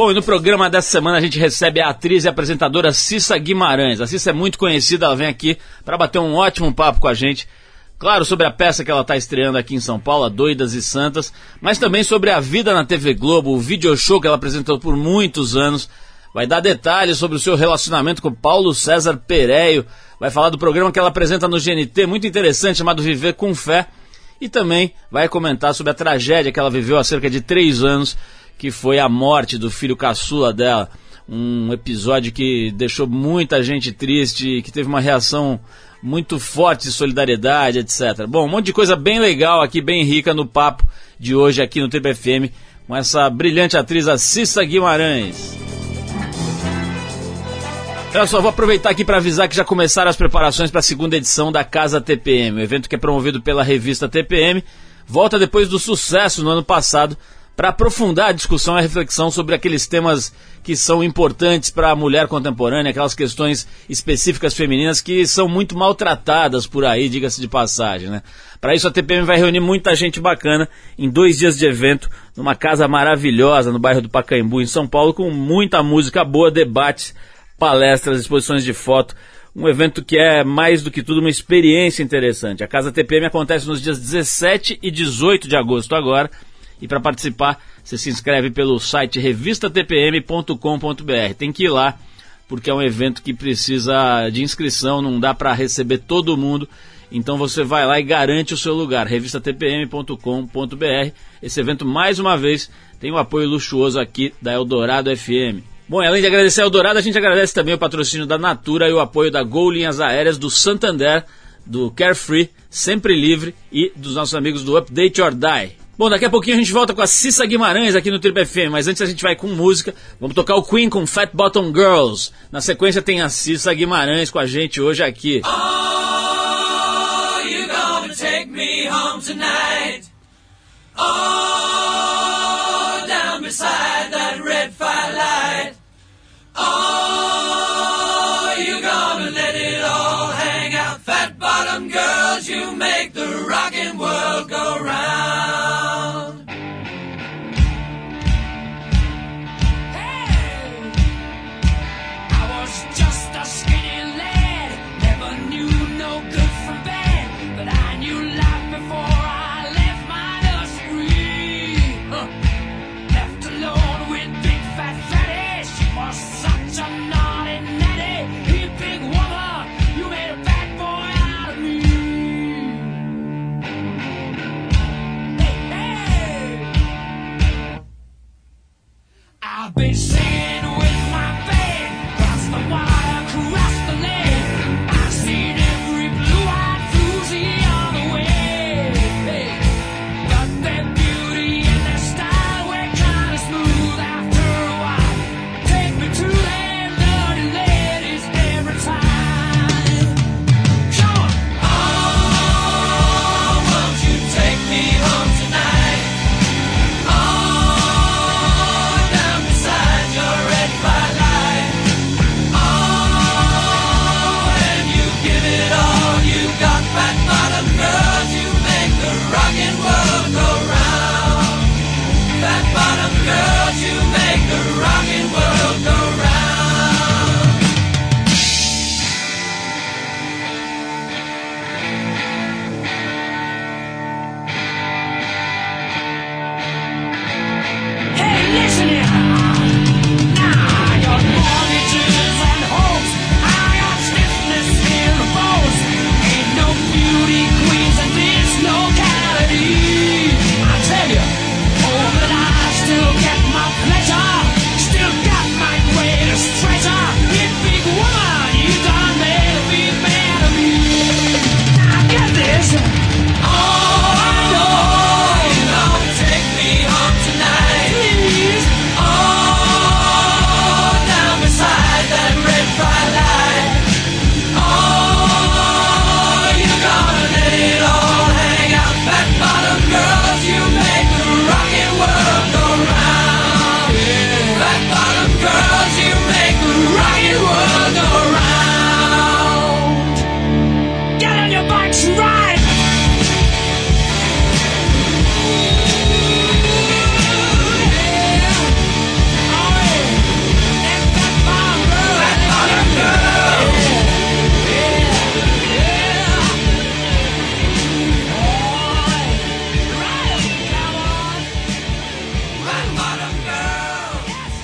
Bom, e no programa dessa semana a gente recebe a atriz e apresentadora Cissa Guimarães. A Cissa é muito conhecida, ela vem aqui para bater um ótimo papo com a gente. Claro, sobre a peça que ela está estreando aqui em São Paulo, a Doidas e Santas, mas também sobre a vida na TV Globo, o video show que ela apresentou por muitos anos. Vai dar detalhes sobre o seu relacionamento com Paulo César Pereio, vai falar do programa que ela apresenta no GNT, muito interessante, chamado Viver com Fé, e também vai comentar sobre a tragédia que ela viveu há cerca de 3 anos, que foi a morte do filho caçula dela. Um episódio que deixou muita gente triste, que teve uma reação muito forte de solidariedade, etc. Bom, um monte de coisa bem legal aqui, bem rica no papo de hoje aqui no Trip FM, com essa brilhante atriz, a Cissa Guimarães. Eu só vou aproveitar aqui para avisar que já começaram as preparações para a segunda edição da Casa TPM, o evento que é promovido pela revista TPM, volta depois do sucesso no ano passado, para aprofundar a discussão e a reflexão sobre aqueles temas que são importantes para a mulher contemporânea, aquelas questões específicas femininas que são muito maltratadas por aí, diga-se de passagem, né? Para isso a TPM vai reunir muita gente bacana em 2 dias de evento, numa casa maravilhosa no bairro do Pacaembu, em São Paulo, com muita música boa, debates, palestras, exposições de foto, um evento que é mais do que tudo uma experiência interessante. A Casa TPM acontece nos dias 17 e 18 de agosto agora, e para participar, você se inscreve pelo site revistatpm.com.br. Tem que ir lá, porque é um evento que precisa de inscrição, não dá para receber todo mundo. Então você vai lá e garante o seu lugar, revistatpm.com.br. Esse evento, mais uma vez, tem o apoio luxuoso aqui da Eldorado FM. Bom, e além de agradecer a Eldorado, a gente agradece também o patrocínio da Natura e o apoio da Gol Linhas Aéreas, do Santander, do Carefree, Sempre Livre e dos nossos amigos do Update or Die. Bom, daqui a pouquinho a gente volta com a Cissa Guimarães aqui no Trip FM, mas antes a gente vai com música. Vamos tocar o Queen com Fat Bottom Girls. Na sequência tem a Cissa Guimarães com a gente hoje aqui. Oh, you gonna take me home tonight. Oh, down beside that red firelight. Oh, you gonna let it all hang out. Fat bottom girls, you make the rockin' world go round. I've been singing with my band, cross the water, cross the lake. I've seen every blue-eyed Fruzy on the way. But their beauty and their style were kind of smooth after a while. Take me to them dirty ladies every time. Come on! Oh, won't you take me home tonight? Oh, down beside your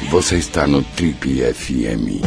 Você está no Trip FM.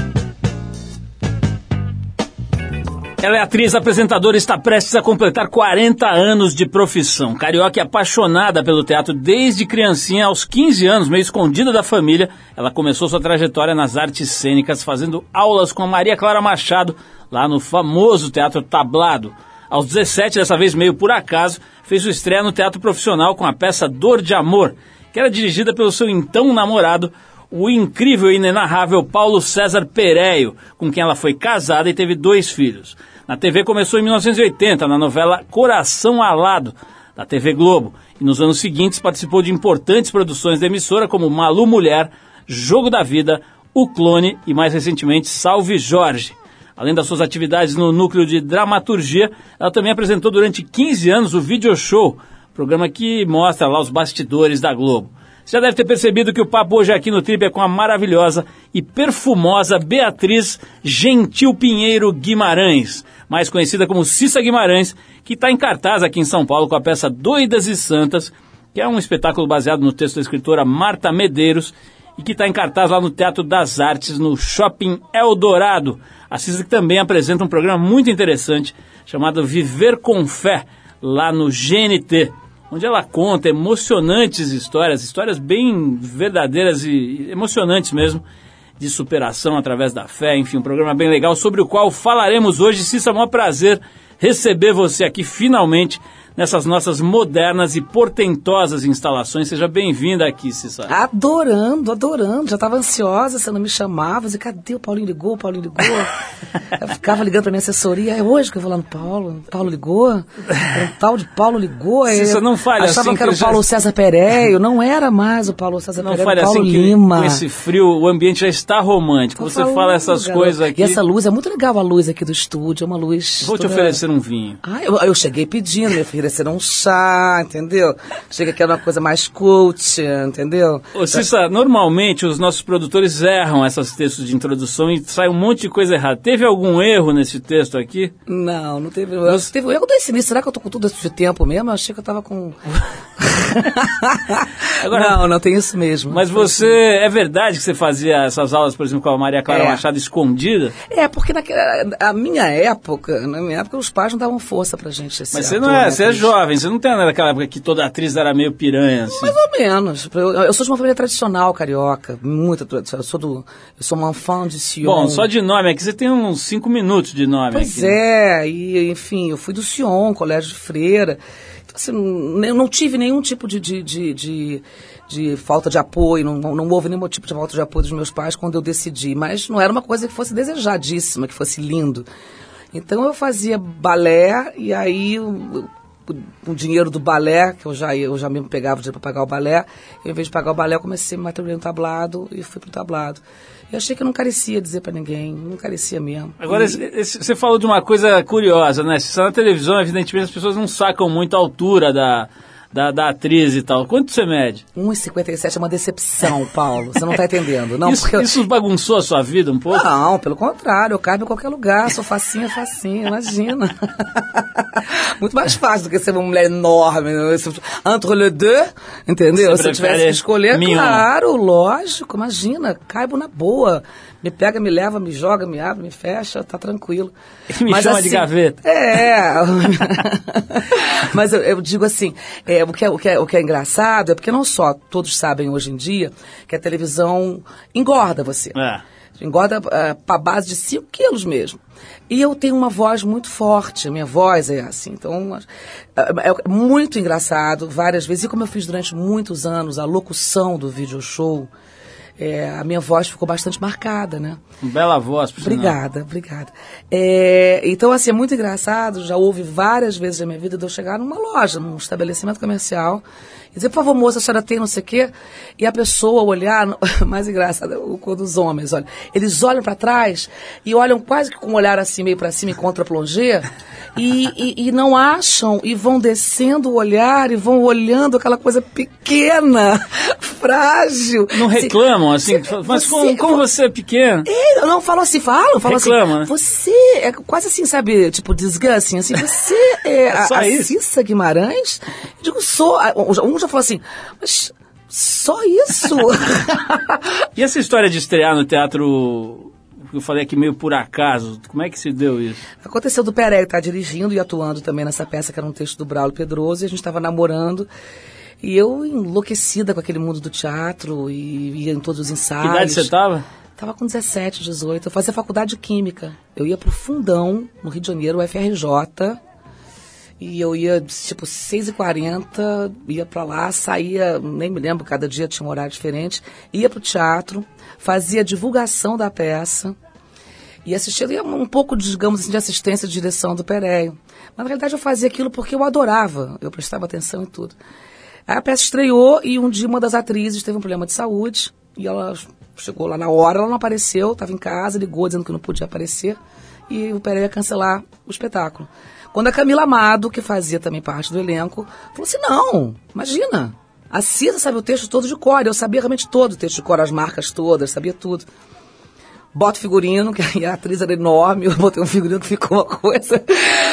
Ela é atriz, apresentadora e está prestes a completar 40 anos de profissão. Carioca é apaixonada pelo teatro desde criancinha, aos 15 anos, meio escondida da família. Ela começou sua trajetória nas artes cênicas, fazendo aulas com a Maria Clara Machado, lá no famoso Teatro Tablado. Aos 17, dessa vez meio por acaso, fez sua estreia no teatro profissional com a peça Dor de Amor, que era dirigida pelo seu então namorado, o incrível e inenarrável Paulo César Pereio, com quem ela foi casada e teve 2 filhos. Na TV começou em 1980, na novela Coração Alado, da TV Globo, e nos anos seguintes participou de importantes produções da emissora como Malu Mulher, Jogo da Vida, O Clone e mais recentemente Salve Jorge. Além das suas atividades no núcleo de dramaturgia, ela também apresentou durante 15 anos o Video Show, programa que mostra lá os bastidores da Globo. Você já deve ter percebido que o papo hoje aqui no Trip é com a maravilhosa e perfumosa Beatriz Gentil Pinheiro Guimarães, mais conhecida como Cissa Guimarães, que está em cartaz aqui em São Paulo com a peça Doidas e Santas, que é um espetáculo baseado no texto da escritora Marta Medeiros e que está em cartaz lá no Teatro das Artes, no Shopping Eldorado. A Cissa que também apresenta um programa muito interessante chamado Viver com Fé, lá no GNT, onde ela conta emocionantes histórias bem verdadeiras e emocionantes mesmo, de superação através da fé. Enfim, um programa bem legal sobre o qual falaremos hoje. Cissa, é um prazer receber você aqui finalmente nessas nossas modernas e portentosas instalações. Seja bem-vinda aqui, Cissa. Adorando. Já estava ansiosa, você não me chamava. Eu dizia, cadê o Paulinho ligou? Eu ficava ligando para minha assessoria. É hoje que eu vou lá no Paulo. Paulo ligou? Um tal de Paulo ligou. Cissa, não fale assim. Achava que era o Paulo César Pereio. Não era mais o Paulo César Pereio, era o Paulo assim Lima. Com esse frio, o ambiente já está romântico. Você fala essas coisas aqui. E essa luz, é muito legal a luz aqui do estúdio. É uma luz... Vou te oferecer um vinho. Eu cheguei pedindo, minha filha, ser um chá, entendeu? Chega que era uma coisa mais coach, entendeu? Ô, Cissa, normalmente os nossos produtores erram esses textos de introdução e sai um monte de coisa errada. Teve algum erro nesse texto aqui? Não teve. Teve um erro desse início. Será que eu tô com tudo esse tempo mesmo? Eu achei que eu tava com... Agora, não tem isso mesmo. Mas você, é verdade que você fazia essas aulas, por exemplo, com a Maria Clara Machado escondida? Porque na minha época, os pais não davam força pra gente. Mas você não você é jovem, você não tem nada daquela época que toda atriz era meio piranha, assim. Mais ou menos. Eu sou de uma família tradicional carioca, muito tradicional. Eu sou uma fã de Sion. Bom, só de nome aqui, você tem uns 5 minutos de nome pois aqui. E enfim, eu fui do Sion, colégio de freira. Então, assim, eu não tive nenhum tipo de falta de apoio, não houve nenhum tipo de falta de apoio dos meus pais quando eu decidi, mas não era uma coisa que fosse desejadíssima, que fosse lindo. Então eu fazia balé e aí o dinheiro do balé, que eu já mesmo pegava o dinheiro para pagar o balé, eu, em vez de pagar o balé, eu comecei a me matricular no tablado e fui pro tablado. Eu achei que não carecia dizer para ninguém, não carecia mesmo. Agora, você falou de uma coisa curiosa, né? Se na televisão, evidentemente, as pessoas não sacam muito a altura da atriz e tal. Quanto você mede? 1,57 é uma decepção, Paulo. Você não está entendendo. Não, isso bagunçou a sua vida um pouco? Não, pelo contrário. Eu caibo em qualquer lugar. Sou facinha, imagina. Muito mais fácil do que ser uma mulher enorme. Entre les deux, entendeu? Se eu tivesse que escolher, claro, lógico, imagina. Caibo na boa. Me pega, me leva, me joga, me abre, me fecha, tá tranquilo. Me chama assim, de gaveta. Mas eu digo assim, o que é engraçado é porque não só todos sabem hoje em dia que a televisão engorda você. Engorda para base de 5 quilos mesmo. E eu tenho uma voz muito forte, a minha voz é assim. Então, é muito engraçado, várias vezes. E como eu fiz durante muitos anos a locução do video show, a minha voz ficou bastante marcada, né? Bela voz, por sinal. Obrigada. Então, assim, é muito engraçado. Já houve várias vezes na minha vida de eu chegar numa loja, num estabelecimento comercial, e dizer, por favor, moça, a senhora tem não sei o quê, e a pessoa olhar, mais engraçado, o cor dos homens, olha, eles olham para trás e olham quase que com um olhar assim, meio para cima, em contra-plongé, e não acham, e vão descendo o olhar, e vão olhando aquela coisa pequena, frágil. Não reclamam, assim, mas como você é pequeno? Não, falam assim, reclamam, né? Você é quase assim, sabe, tipo, disgusting, assim, você é a Cissa Guimarães? Eu digo, sou. Um já falou assim, mas Só isso. E essa história de estrear no teatro, que eu falei aqui meio por acaso, como é que se deu isso? Aconteceu do Pereio estar dirigindo e atuando também nessa peça, que era um texto do Braulio Pedroso, e a gente estava namorando. E eu enlouquecida com aquele mundo do teatro, e ia em todos os ensaios. Que idade você estava? Tava com 17, 18. Eu fazia faculdade de Química. Eu ia pro Fundão, no Rio de Janeiro, o FRJ. E eu ia, tipo, 6h40, ia pra lá, saía, nem me lembro, cada dia tinha um horário diferente. Ia pro teatro, fazia divulgação da peça. E assistia um pouco, digamos assim, de assistência de direção do Pereio. Mas, na realidade, eu fazia aquilo porque eu adorava. Eu prestava atenção em tudo. Aí a peça estreou e um dia uma das atrizes teve um problema de saúde. E ela chegou lá na hora, ela não apareceu, estava em casa, ligou dizendo que não podia aparecer. E o Pereio ia cancelar o espetáculo. Quando a Camila Amado, que fazia também parte do elenco, falou assim, não, imagina, a Cisa sabe o texto todo de cor. Eu sabia realmente todo o texto de cor, as marcas todas, sabia tudo. Boto figurino, que aí a atriz era enorme, eu botei um figurino que ficou uma coisa...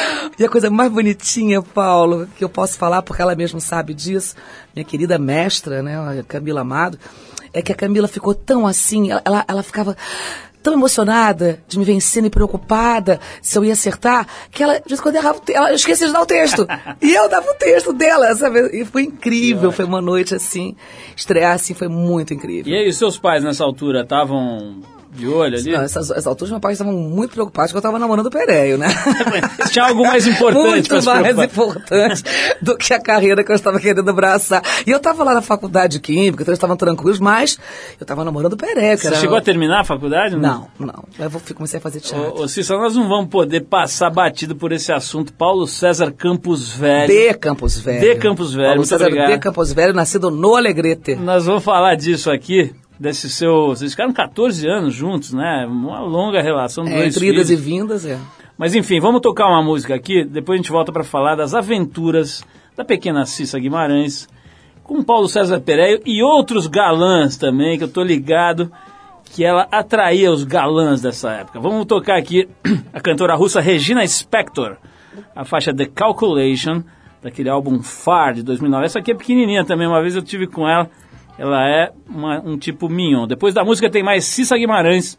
E a coisa mais bonitinha, Paulo, que eu posso falar, porque ela mesma sabe disso, minha querida mestra, né, a Camila Amado, é que a Camila ficou tão assim, ela ficava tão emocionada de me vencer e preocupada se eu ia acertar, que ela, de vez em quando, ela esquecia de dar o texto. E eu dava o texto dela, sabe? E foi incrível, foi uma noite assim, estrear assim, foi muito incrível. E aí, os seus pais nessa altura estavam de olho ali? Não, essas alturas, meus pais estavam muito preocupados, porque eu estava namorando o Pereio, né? Tinha algo mais importante muito pra se mais preocupar. importante do que a carreira que eu estava querendo abraçar. E eu estava lá na faculdade de Química, então eles estavam tranquilos, mas eu estava namorando o Pereio. Que Você era... chegou a terminar a faculdade? Não. Eu comecei a fazer teatro. Ô, Cícero, nós não vamos poder passar batido por esse assunto. Paulo César Campos Velho. De Campos Velho. De Campos Velho, Paulo muito César obrigado. de Campos Velho, nascido no Alegrete. Nós vamos falar disso aqui, desse seu... Vocês ficaram 14 anos juntos, né? Uma longa relação, dois Entre idas e filhos. vindas, é. Mas enfim, vamos tocar uma música aqui, depois a gente volta para falar das aventuras da pequena Cissa Guimarães, com Paulo César Pereio e outros galãs também, que eu tô ligado que ela atraía os galãs dessa época. Vamos tocar aqui a cantora russa Regina Spektor, a faixa The Calculation, daquele álbum Far, de 2009. Essa aqui é pequenininha também, uma vez eu tive com ela. Ela é um tipo mignon. Depois da música tem mais Cissa Guimarães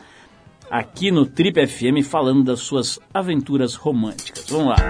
aqui no Trip FM falando das suas aventuras românticas. Vamos lá.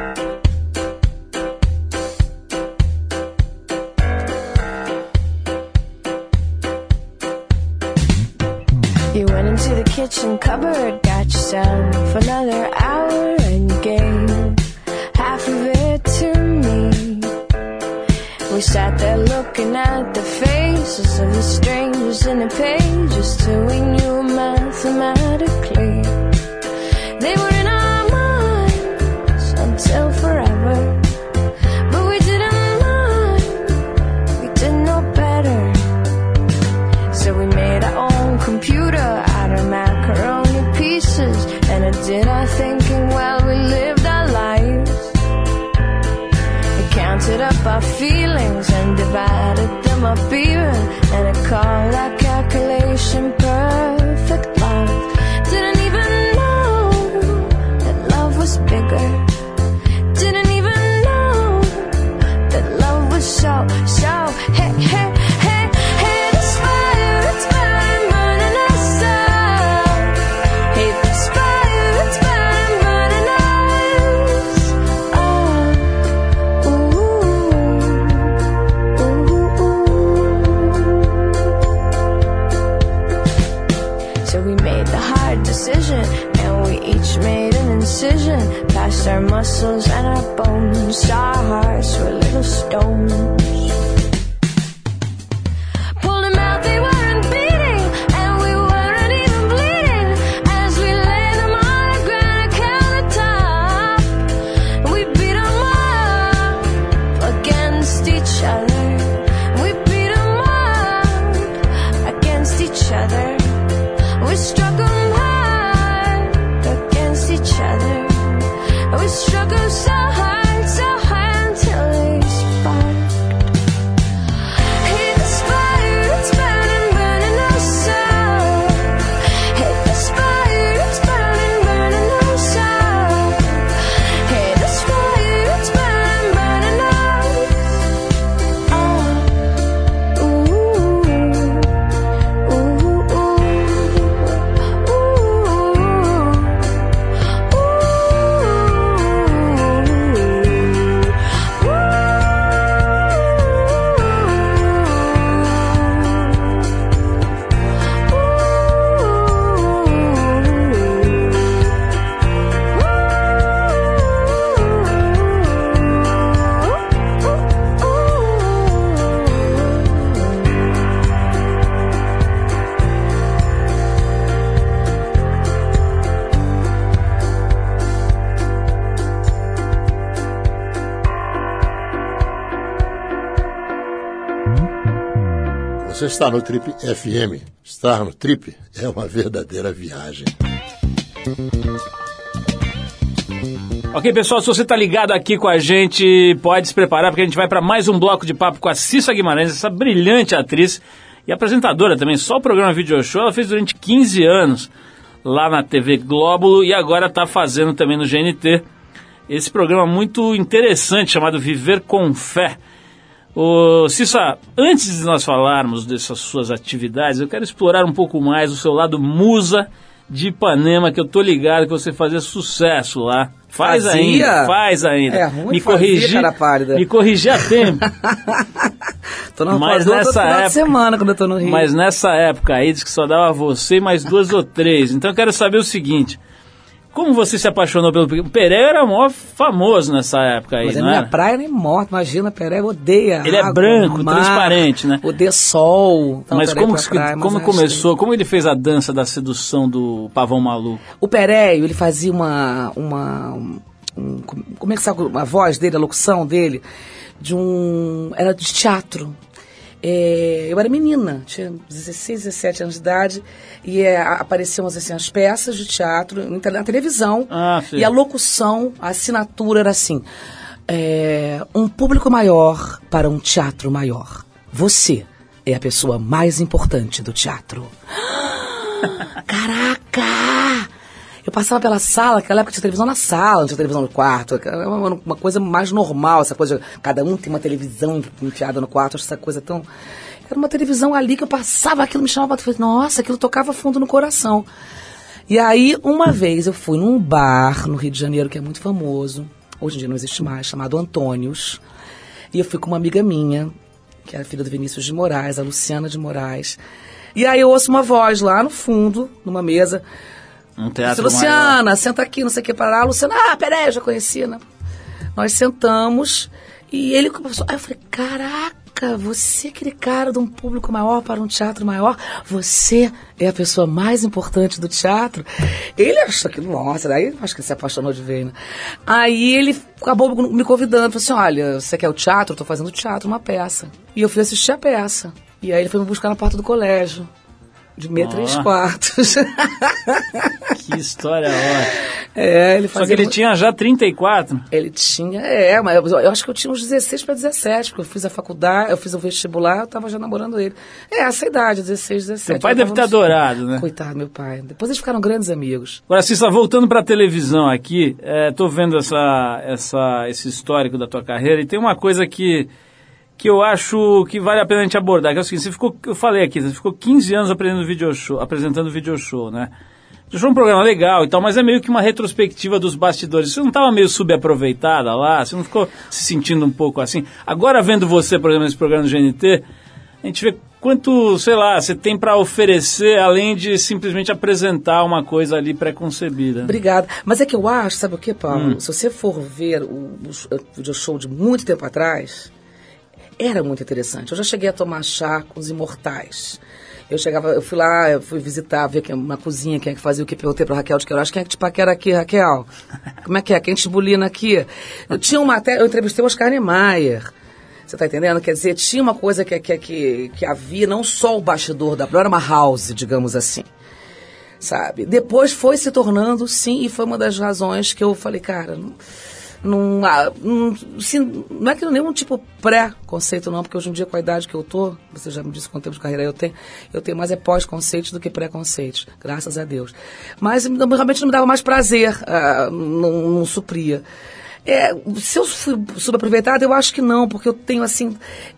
You went into the kitchen cupboard, got yourself another hour, and you gave half of it to me. We sat there looking at the faces of the strangers in the pages till we knew mathematically they were in our minds until forever. But we didn't mind, we didn't know better. So we made our own computer out of macaroni pieces, and it did our thinking while we lived our lives. It counted up our feelings and divided them up even, and it called our calculation perfect love. Didn't even know that love was bigger. Didn't even know that love was so, hey, hey, hey, hey, this fire, it's burning, burning us up. Hey, this fire, it's burning, burning us up. So we made the hard decision, and we each made an incision past our muscles and our bones. Our hearts were little stones. Pulled them out, they weren't beating, and we weren't even bleeding. As we laid them on a granite countertop, we beat them up against each other. We beat them up against each other. We struck them hard against each other. We struck them so hard until they sparked. Hey, this fire, it's burning, burning us up. Hey, this fire, it's burning, burning us up. Hey, this fire, it's burning, burning us up. Ooh. Você está no Trip FM. Estar no Trip é uma verdadeira viagem. Ok, pessoal, se você tá ligado aqui com a gente, pode se preparar, porque a gente vai para mais um bloco de papo com a Cissa Guimarães, essa brilhante atriz e apresentadora também. Só o programa Video Show ela fez durante 15 anos lá na TV Glóbulo e agora está fazendo também no GNT esse programa muito interessante chamado Viver com Fé. Ô, Cissa, antes de nós falarmos dessas suas atividades, eu quero explorar um pouco mais o seu lado musa de Ipanema, que eu tô ligado que você fazia sucesso lá. Faz ainda. É ruim me fazer, corrigir, cara pálida. Me corrigir a tempo. Tô na Mas Rapadura nessa todo final época, de semana quando eu tô no Rio. Mas nessa época aí, diz que só dava você e mais 2 ou 3. Então eu quero saber o seguinte, como você se apaixonou pelo Pelé? O Pelé era o maior famoso nessa época aí, Mas não a minha era? praia nem morta, imagina, Pelé odeia Ele água, é branco, mar, transparente, né? Odeia sol. Então, Mas Pelé como, pra praia, mas como acho começou, como ele fez a dança da sedução do Pavão Maluco? O Pereio, ele fazia como é que sabe a voz dele, a locução dele, era de teatro. Eu era menina, tinha 16, 17 anos de idade, e apareciam assim, as peças de teatro na televisão, e a locução, a assinatura era assim, um público maior para um teatro maior. Você é a pessoa mais importante do teatro. Caraca! Eu passava pela sala, naquela época tinha televisão na sala, não tinha televisão no quarto. Era uma coisa mais normal, essa coisa. Cada um tem uma televisão enfiada no quarto, essa coisa tão. Era uma televisão ali que eu passava, aquilo me chamava, eu falei, nossa, aquilo tocava fundo no coração. E aí, uma vez, eu fui num bar no Rio de Janeiro, que é muito famoso, hoje em dia não existe mais, chamado Antônios. E eu fui com uma amiga minha, que era filha do Vinícius de Moraes, a Luciana de Moraes. E aí eu ouço uma voz lá no fundo, numa mesa. Um teatro Luciana, maior. senta aqui, não sei o que, para lá. Luciana, peraí, eu já conhecia, né? Nós sentamos e ele começou. Aí eu falei, caraca, você é aquele cara de um público maior para um teatro maior, você é a pessoa mais importante do teatro. Ele achou que, nossa, daí acho que ele se apaixonou de vez, né? Aí ele acabou me convidando, falou assim, olha, você quer o teatro? Eu tô fazendo teatro, uma peça. E eu fui assistir a peça. E aí ele foi me buscar na porta do colégio. De meia 3/4. Que história ótima. Ele fazia. Só que ele tinha já 34. Ele tinha, mas eu acho que eu tinha uns 16 para 17, porque eu fiz a faculdade, eu fiz o vestibular, eu tava já namorando ele. Essa idade, 16, 17. Seu pai deve ter adorado, né? Coitado, meu pai. Depois eles ficaram grandes amigos. Agora, Cissa, voltando pra televisão aqui, tô vendo esse histórico da tua carreira e tem uma coisa que eu acho que vale a pena a gente abordar, que é o seguinte, eu falei aqui, você ficou 15 anos apresentando video show, né? Video show é um programa legal e tal, mas é meio que uma retrospectiva dos bastidores. Você não estava meio subaproveitada lá? Você não ficou se sentindo um pouco assim? Agora, vendo você, por exemplo, nesse programa do GNT, a gente vê quanto, sei lá, você tem para oferecer, além de simplesmente apresentar uma coisa ali pré-concebida. Obrigada. Mas é que eu acho, sabe o que, Paulo? Se você for ver o video show de muito tempo atrás, era muito interessante. Eu já cheguei a tomar chá com os imortais. Eu fui lá, eu fui visitar, ver uma cozinha, quem é que fazia o que, perguntei pra Raquel de Queiroz, quem é que te paquera aqui, Raquel? Como é que é? Quem te bulina aqui? Eu entrevistei o Oscar Niemeyer. Você tá entendendo? Quer dizer, tinha uma coisa que havia, não só o bastidor da prova, era uma house, digamos assim. Sabe? Depois foi se tornando, sim, e foi uma das razões que eu falei, cara, não é que nenhum tipo pré-conceito não, porque hoje em dia com a idade que eu tô, você já me disse quanto tempo de carreira eu tenho mais mais do que pré-conceitos, graças a Deus. Mas realmente não me dava mais prazer, não supria. Se eu fui subaproveitada, eu acho que não, porque eu tenho assim,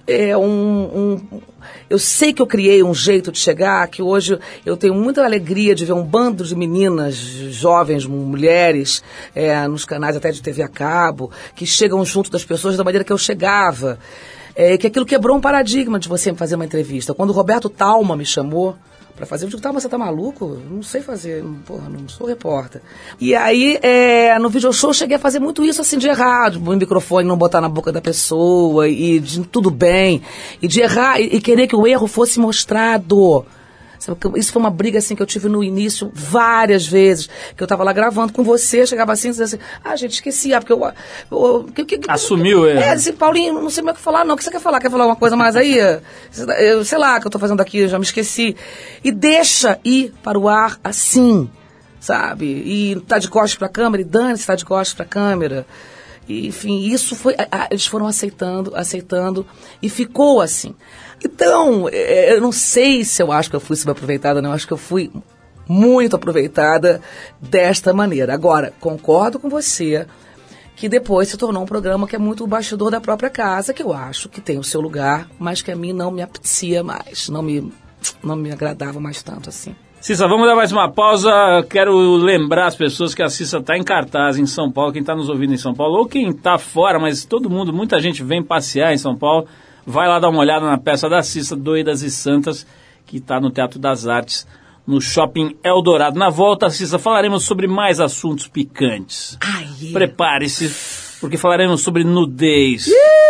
eu sei que eu criei um jeito de chegar, que hoje eu tenho muita alegria de ver um bando de meninas, jovens, mulheres, nos canais até de TV a cabo, que chegam junto das pessoas da maneira que eu chegava, que aquilo quebrou um paradigma de você fazer uma entrevista. Quando o Roberto Talma me chamou pra fazer, eu digo, você tá maluco? Não sei fazer, não sou repórter. E aí, no video show, eu cheguei a fazer muito isso, assim, de errar, o microfone não botar na boca da pessoa, e de tudo bem, e de errar, e querer que o erro fosse mostrado, Sabe, isso foi uma briga assim que eu tive no início várias vezes, que eu tava lá gravando com você, chegava assim e dizia assim, gente, esqueci, porque Assumiu ele. Disse, Paulinho, não sei mais o que falar, não. O que você quer falar? Quer falar alguma coisa mais aí? Eu sei lá, o que eu tô fazendo aqui, já me esqueci. E deixa ir para o ar assim, sabe? E tá de costas pra câmera, e dane-se, tá de costas pra câmera. E, enfim, isso foi... Eles foram aceitando, e ficou assim. Então, eu não sei se eu acho que eu fui subaproveitada, não. Eu acho que eu fui muito aproveitada desta maneira. Agora, concordo com você que depois se tornou um programa que é muito o bastidor da própria casa, que eu acho que tem o seu lugar, mas que a mim não me apetecia mais, não me agradava mais tanto assim. Cissa, vamos dar mais uma pausa. Quero lembrar as pessoas que a Cissa está em cartaz em São Paulo, quem está nos ouvindo em São Paulo, ou quem está fora, mas todo mundo, muita gente vem passear em São Paulo, vai lá dar uma olhada na peça da Cissa, Doidas e Santas, que está no Teatro das Artes, no Shopping Eldorado. Na volta, Cissa, falaremos sobre mais assuntos picantes. Prepare-se, porque falaremos sobre nudez.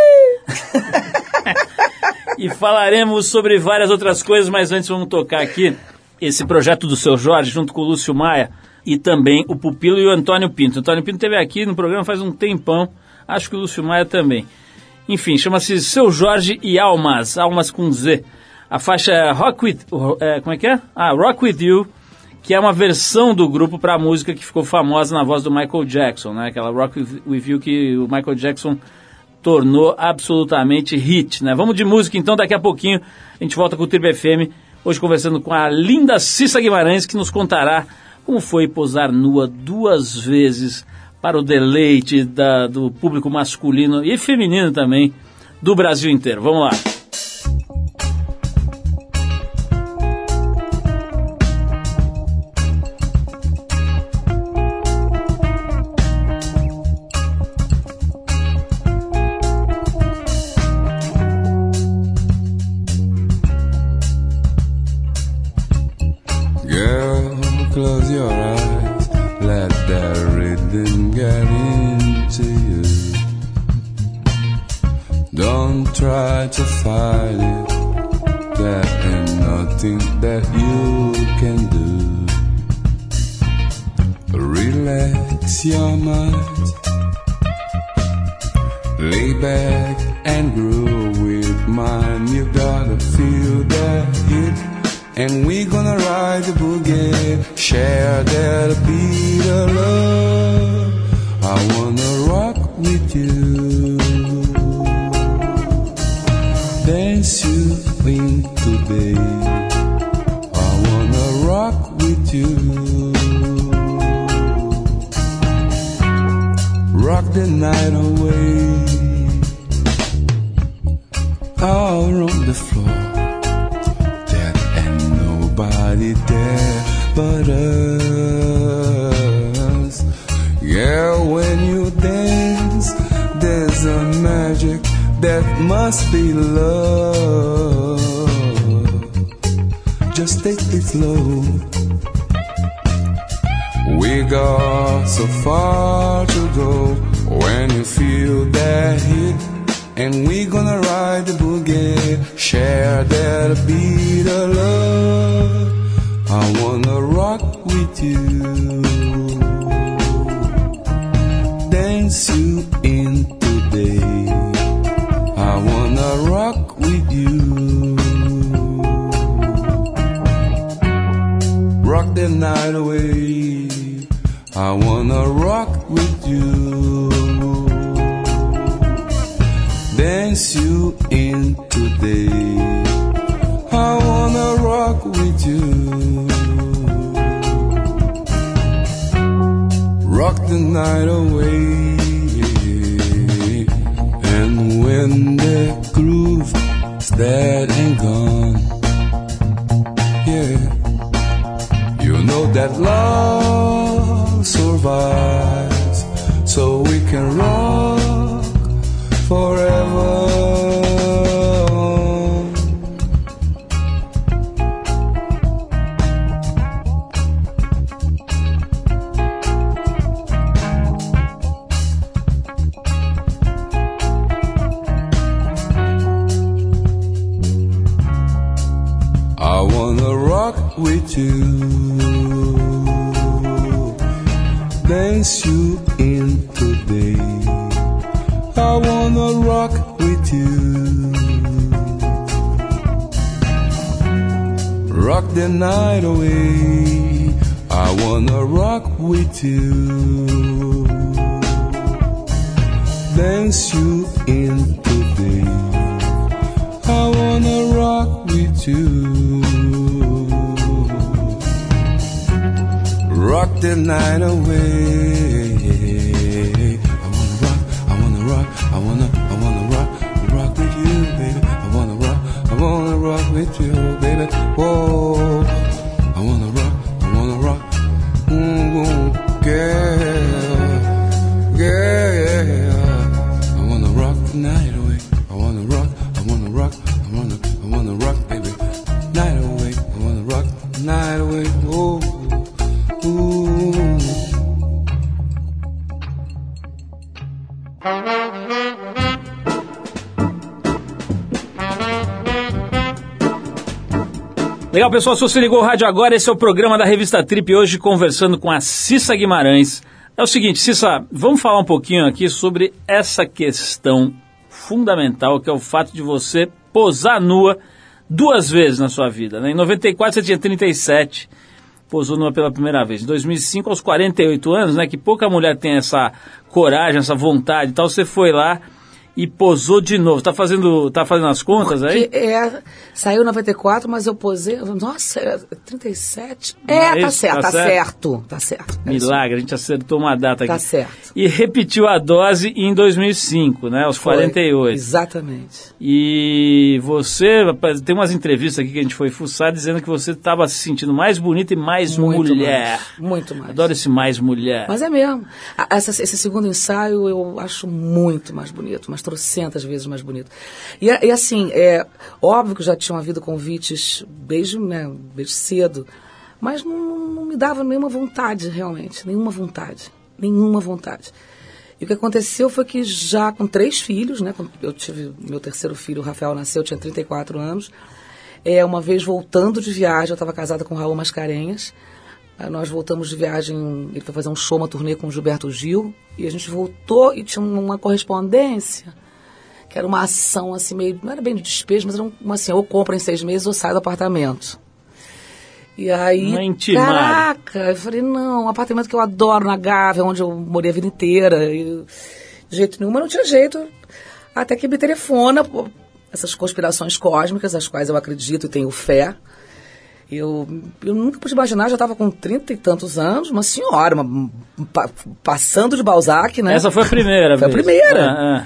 E falaremos sobre várias outras coisas, mas antes vamos tocar aqui esse projeto do Seu Jorge, junto com o Lúcio Maia, e também o Pupilo e o Antônio Pinto. O Antônio Pinto esteve aqui no programa faz um tempão, acho que o Lúcio Maia também. Enfim, chama-se Seu Jorge e Almas com Z. A faixa Rock With... como é que é? Rock With You, que é uma versão do grupo para a música que ficou famosa na voz do Michael Jackson, né? Aquela Rock With You que o Michael Jackson tornou absolutamente hit, né? Vamos de música então, daqui a pouquinho a gente volta com o Trip FM, hoje conversando com a linda Cissa Guimarães, que nos contará como foi posar nua 2 vezes para o deleite do público masculino e feminino também do Brasil inteiro. Vamos lá. Close your eyes, let that rhythm get into you. Don't try to fight it, there ain't nothing that you can do. Relax your mind, lay back and groove with mine. You gotta feel that hit, and we gonna ride the boogie, share that beat of love. I wanna rock with you, dance you in today. I wanna rock with you, rock the night away. Out on the floor, nobody there but us. Yeah, when you dance, there's a magic that must be love. Just take it slow. We got so far to go. When you feel that hit, and we gonna ride the boogie, share that beat of love. I wanna rock with you, dance you in today. I wanna rock with you, rock the night away. I wanna rock with you, dance you in today. I wanna rock with you, rock the night away. And when the groove's dead and gone, yeah, you know that love survives, so we can rock forever. I wanna rock rock with you, dance you in today. I wanna rock with you, rock the night away. I wanna rock with you, dance you in today. I wanna rock with you, rock the night away. I wanna rock, I wanna rock with you, baby. I wanna rock with you, baby. Whoa, I wanna rock, girl, I wanna rock the night away. I wanna rock, baby, night away. I wanna rock the night away. Oh, ooh. Legal, pessoal, se você ligou o rádio agora, esse é o programa da Revista Trip, hoje conversando com a Cissa Guimarães. É o seguinte, Cissa, vamos falar um pouquinho aqui sobre essa questão fundamental, que é o fato de você posar nua 2 vezes na sua vida, né? Em 94 você tinha 37, posou nua pela primeira vez. Em 2005, aos 48 anos, né, que pouca mulher tem essa coragem, essa vontade e tal, você foi lá e posou de novo. Tá fazendo as contas aí? Saiu em 94, mas eu posei... Nossa, é 37? É tá isso, certo, tá certo. Milagre, a gente acertou uma data aqui. Tá certo. E repetiu a dose em 2005, né, aos 48. Exatamente. E você, tem umas entrevistas aqui que a gente foi fuçar, dizendo que você estava se sentindo mais bonita e mais mulher. Muito mais. Adoro esse mais mulher. Mas é mesmo. Esse segundo ensaio eu acho muito mais bonito, umas trocentas vezes mais bonito. E assim, óbvio que eu já tinha havido convites desde cedo, mas não me dava nenhuma vontade, realmente. Nenhuma vontade. E o que aconteceu foi que já com 3 filhos, né, quando eu tive meu terceiro filho, o Rafael, nasceu, eu tinha 34 anos, uma vez voltando de viagem, eu estava casada com o Raul Mascarenhas, nós voltamos de viagem, ele foi fazer um show, uma turnê com o Gilberto Gil, e a gente voltou e tinha uma correspondência, que era uma ação assim, meio, não era bem de despejo, mas era uma assim, ou compra em 6 meses ou sai do apartamento. E aí, caraca, eu falei, não, um apartamento que eu adoro na Gávea, onde eu morei a vida inteira, e de jeito nenhum, mas não tinha jeito, até que me telefona, essas conspirações cósmicas, as quais eu acredito e tenho fé. Eu nunca pude imaginar, já estava com 30 e tantos anos, uma senhora, passando de Balzac, né? Essa foi a primeira Foi vez. a primeira.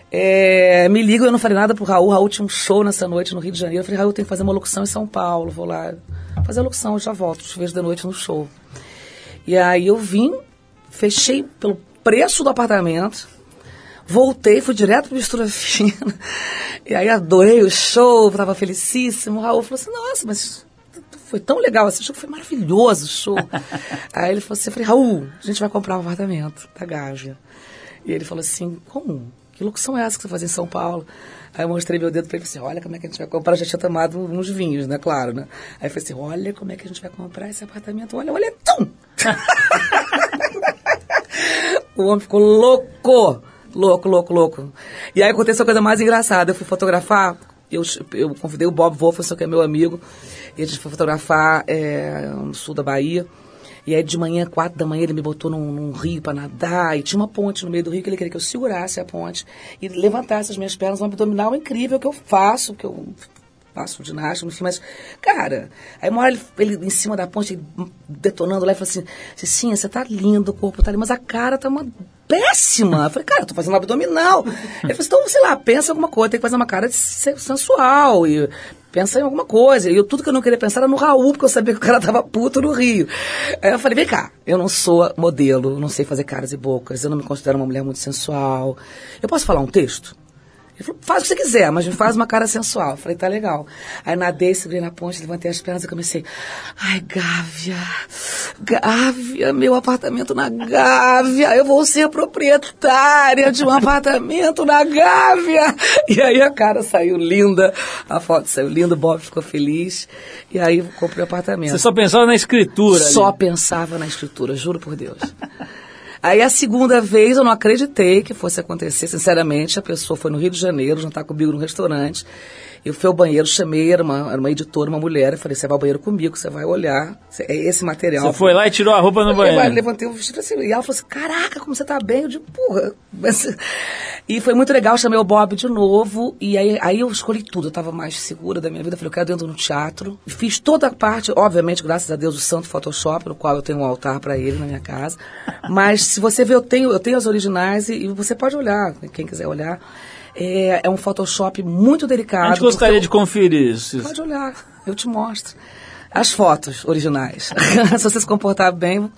Me ligo, eu não falei nada pro Raul. Raul tinha um show nessa noite no Rio de Janeiro. Eu falei, Raul, tem que fazer uma locução em São Paulo. Vou lá fazer a locução, eu já volto, te vejo de noite no show. E aí eu vim, fechei pelo preço do apartamento, voltei, fui direto pro Mistura Fina. E aí adorei o show, tava felicíssimo. O Raul falou assim, nossa, mas foi tão legal, esse show foi maravilhoso, o show. Aí ele falou assim, eu falei, Raul, a gente vai comprar um apartamento da Gávea. E ele falou assim, como? Que locução é essa que você faz em São Paulo? Aí eu mostrei meu dedo para ele e falei assim, olha como é que a gente vai comprar. Eu já tinha tomado uns vinhos, né, claro, né? Aí eu falei assim, olha como é que a gente vai comprar esse apartamento. Olha, tum! O homem ficou louco. E aí aconteceu a coisa mais engraçada. Eu fui fotografar, eu convidei o Bob Wolferson, que é meu amigo, e a gente foi fotografar no sul da Bahia. E aí de manhã, 4 da manhã, ele me botou num rio para nadar, e tinha uma ponte no meio do rio que ele queria que eu segurasse a ponte e levantasse as minhas pernas, um abdominal incrível que eu faço ginástica, enfim, mas, cara, aí uma hora ele em cima da ponte, detonando lá, e falou assim, Cicinha, você tá lindo, o corpo tá lindo, mas a cara tá uma péssima. Eu falei, cara, eu tô fazendo abdominal. Ele falou assim, então, sei lá, pensa em alguma coisa, tem que fazer uma cara sensual, e pensa em alguma coisa. E tudo que eu não queria pensar era no Raul, porque eu sabia que o cara tava puto no Rio. Aí eu falei, vem cá, eu não sou modelo, não sei fazer caras e bocas, eu não me considero uma mulher muito sensual. Eu posso falar um texto? Ele falou, faz o que você quiser, mas me faz uma cara sensual. Eu falei, tá legal. Aí nadei, segurei na ponte, levantei as pernas e comecei, ai, Gávea, meu apartamento na Gávea, eu vou ser proprietária de um apartamento na Gávea. E aí a cara saiu linda, a foto saiu linda, o Bob ficou feliz, e aí comprei o apartamento. Você só pensava na escritura ali. Só pensava na escritura, juro por Deus. Aí a segunda vez eu não acreditei que fosse acontecer, sinceramente, a pessoa foi no Rio de Janeiro, jantar comigo no restaurante, eu fui ao banheiro, chamei, era uma editora, uma mulher, eu falei, você vai ao banheiro comigo, você vai olhar, é esse material. Você foi lá e tirou a roupa no banheiro. Eu levantei o vestido assim, e ela falou assim, caraca, como você tá bem? Eu digo, porra. E foi muito legal, chamei o Bob de novo, e aí eu escolhi tudo, eu tava mais segura da minha vida, eu falei, eu quero dentro no teatro. Fiz toda a parte, obviamente, graças a Deus, o santo Photoshop, no qual eu tenho um altar para ele na minha casa, mas se você ver, eu tenho as originais e você pode olhar, quem quiser olhar. É um Photoshop muito delicado. A gente gostaria de conferir isso. Pode olhar, eu te mostro. As fotos originais. Se você se comportar bem.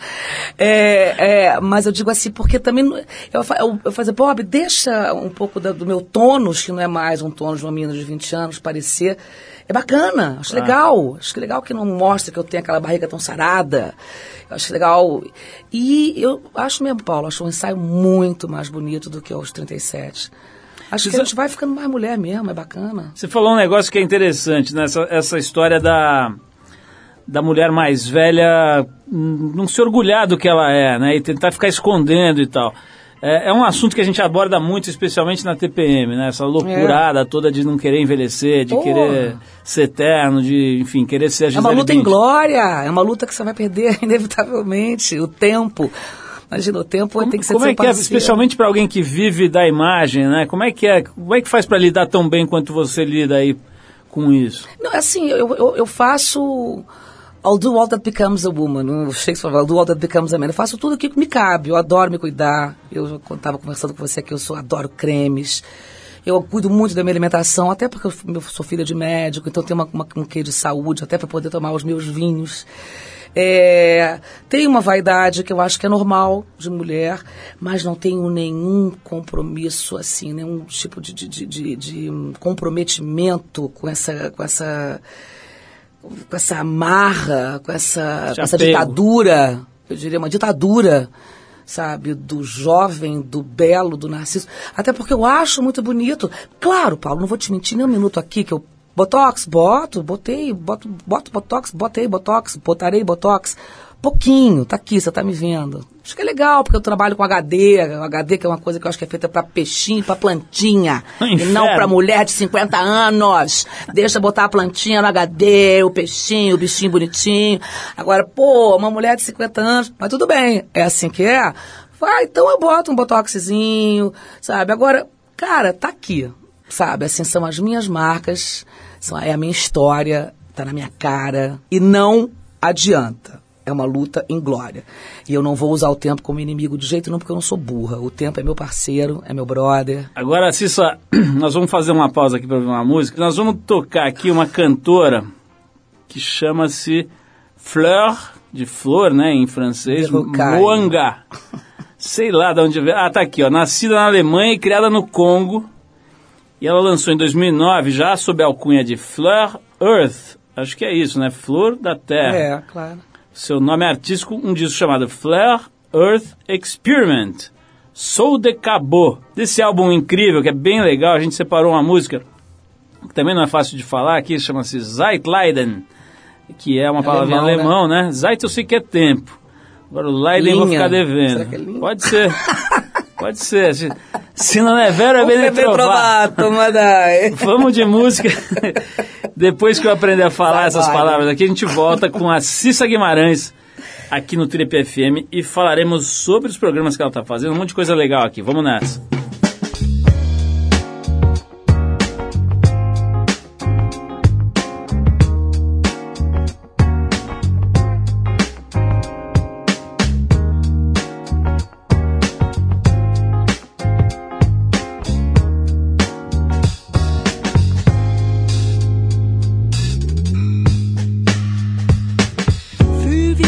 Mas eu digo assim, porque também... Eu fazia, Bob, deixa um pouco do meu tônus, que não é mais um tônus de uma menina de 20 anos, parecer... É bacana, acho legal. Acho legal que não mostra que eu tenho aquela barriga tão sarada. Eu acho legal. E eu acho mesmo, Paulo, acho um ensaio muito mais bonito do que aos 37. Acho que a gente vai ficando mais mulher mesmo, é bacana. Você falou um negócio que é interessante, né? Essa história da mulher mais velha não se orgulhar do que ela é, né? E tentar ficar escondendo e tal. É um assunto que a gente aborda muito, especialmente na TPM, né? Essa loucurada toda de não querer envelhecer, de querer ser eterno, de, enfim, querer ser a Gisele É uma luta Bündchen. em glória, é uma luta que você vai perder inevitavelmente, o tempo. Imagina, o tempo tem que ser Como seu é que é, parceiro. especialmente para alguém que vive da imagem, né? Como é que faz para lidar tão bem quanto você lida aí com isso? Não, assim, eu faço... I'll do all that becomes a woman. O Shakespeare fala, I'll do all that becomes a man. Eu faço tudo o que me cabe. Eu adoro me cuidar. Eu estava conversando com você aqui, eu adoro cremes. Eu cuido muito da minha alimentação, até porque eu sou filha de médico, então tenho um quê de saúde, até para poder tomar os meus vinhos. Tenho uma vaidade que eu acho que é normal de mulher, mas não tenho nenhum compromisso, assim, nenhum tipo de comprometimento com essa amarra, com essa ditadura, eu diria uma ditadura, sabe, do jovem, do belo, do narciso. Até porque eu acho muito bonito. Claro, Paulo, não vou te mentir nem um minuto aqui que eu... Botox, boto Botox, botei Botox, botarei Botox. Pouquinho, tá aqui, você tá me vendo. Acho que é legal, porque eu trabalho com HD, o HD que é uma coisa que eu acho que é feita pra peixinho, pra plantinha, e não pra mulher de 50 anos. Deixa botar a plantinha no HD, o peixinho, o bichinho bonitinho. Agora, uma mulher de 50 anos, mas tudo bem, é assim que é? Vai, então eu boto um botoxzinho, sabe? Agora, cara, tá aqui, sabe? Assim, são as minhas marcas, é a minha história, tá na minha cara, e não adianta. É uma luta em glória. E eu não vou usar o tempo como inimigo de jeito nenhum, porque eu não sou burra. O tempo é meu parceiro, é meu brother. Agora, Cissa, nós vamos fazer uma pausa aqui para ouvir uma música. Nós vamos tocar aqui uma cantora que chama-se Fleur, de flor, né, em francês, Moanga. Sei lá de onde veio. Ah, tá aqui, ó. Nascida na Alemanha e criada no Congo. E ela lançou em 2009, já sob a alcunha de Fleur Earth. Acho que é isso, né? Flor da Terra. Claro. Seu nome é artístico, um disco chamado Fleur Earth Experiment, Sou de Cabot. Desse álbum incrível, que é bem legal, a gente separou uma música que também não é fácil de falar aqui, chama-se Zeitleiden, que é uma palavra em alemão, né? Zeit eu sei que é tempo. Agora o Leiden eu vou ficar devendo. Será que é linha? Pode ser. Pode ser. Se não é vero, é bem trovar. Vamos de música. Depois que eu aprender a falar essas palavras aqui, a gente volta com a Cissa Guimarães aqui no Trip FM e falaremos sobre os programas que ela está fazendo. Um monte de coisa legal aqui. Vamos nessa.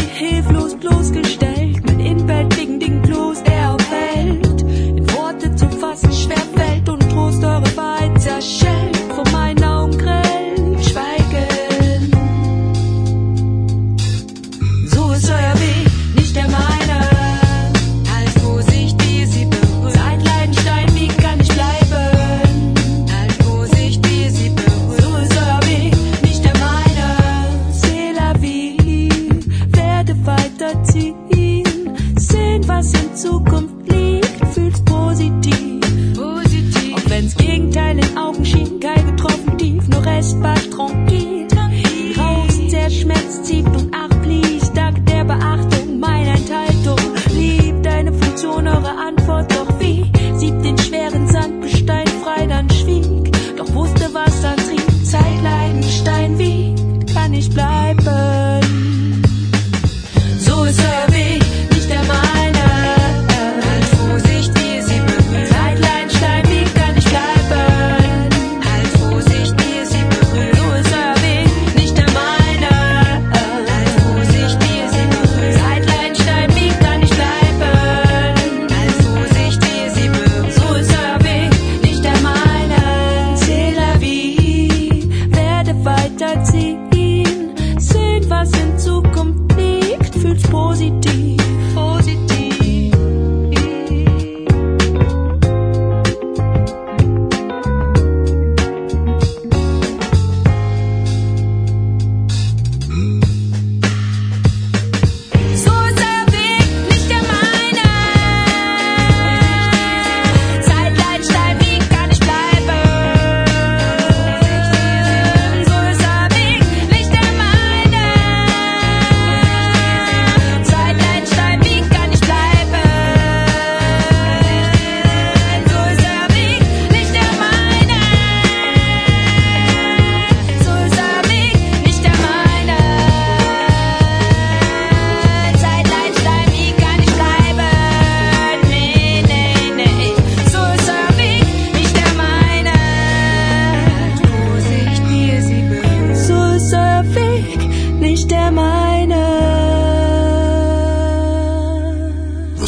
Bloßgestellt, mein Innenwelt wegen Dingen bloß er aufhält. In Worte zu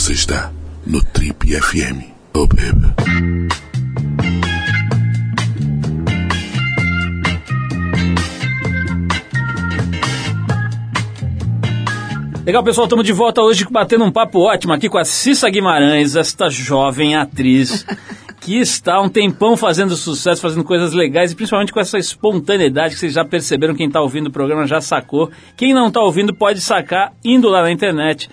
Você está no Trip FM. Oh, baby. Legal, pessoal, estamos de volta hoje batendo um papo ótimo aqui com a Cissa Guimarães, esta jovem atriz que está há um tempão fazendo sucesso, fazendo coisas legais e principalmente com essa espontaneidade que vocês já perceberam, quem está ouvindo o programa já sacou. Quem não está ouvindo pode sacar indo lá na internet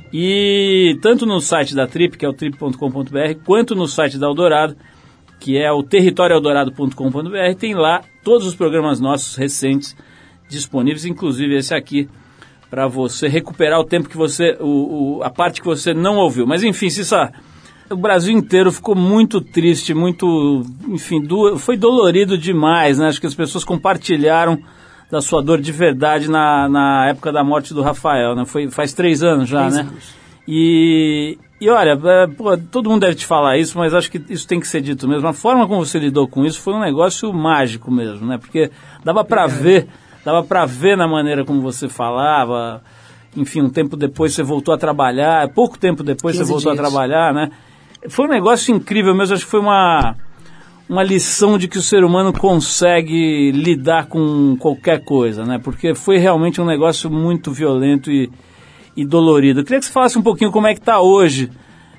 e tanto no site da Trip, que é o trip.com.br, quanto no site da Eldorado, que é o territorioeldorado.com.br, tem lá todos os programas nossos recentes disponíveis, inclusive esse aqui, para você recuperar o tempo que você, a parte que você não ouviu. Mas enfim, Cissa, o Brasil inteiro ficou muito triste, muito, enfim, foi dolorido demais, né? Acho que as pessoas compartilharam da sua dor de verdade na época da morte do Rafael, né? Faz 3 anos já, 3 né? anos. E olha, todo mundo deve te falar isso, mas acho que isso tem que ser dito mesmo. A forma como você lidou com isso foi um negócio mágico mesmo, né? Porque dava para ver na maneira como você falava. Enfim, um tempo depois você voltou a trabalhar, pouco tempo depois você voltou a trabalhar, né? Foi um negócio incrível mesmo, acho que foi uma lição de que o ser humano consegue lidar com qualquer coisa, né? Porque foi realmente um negócio muito violento e dolorido. Eu queria que você falasse um pouquinho como é que está hoje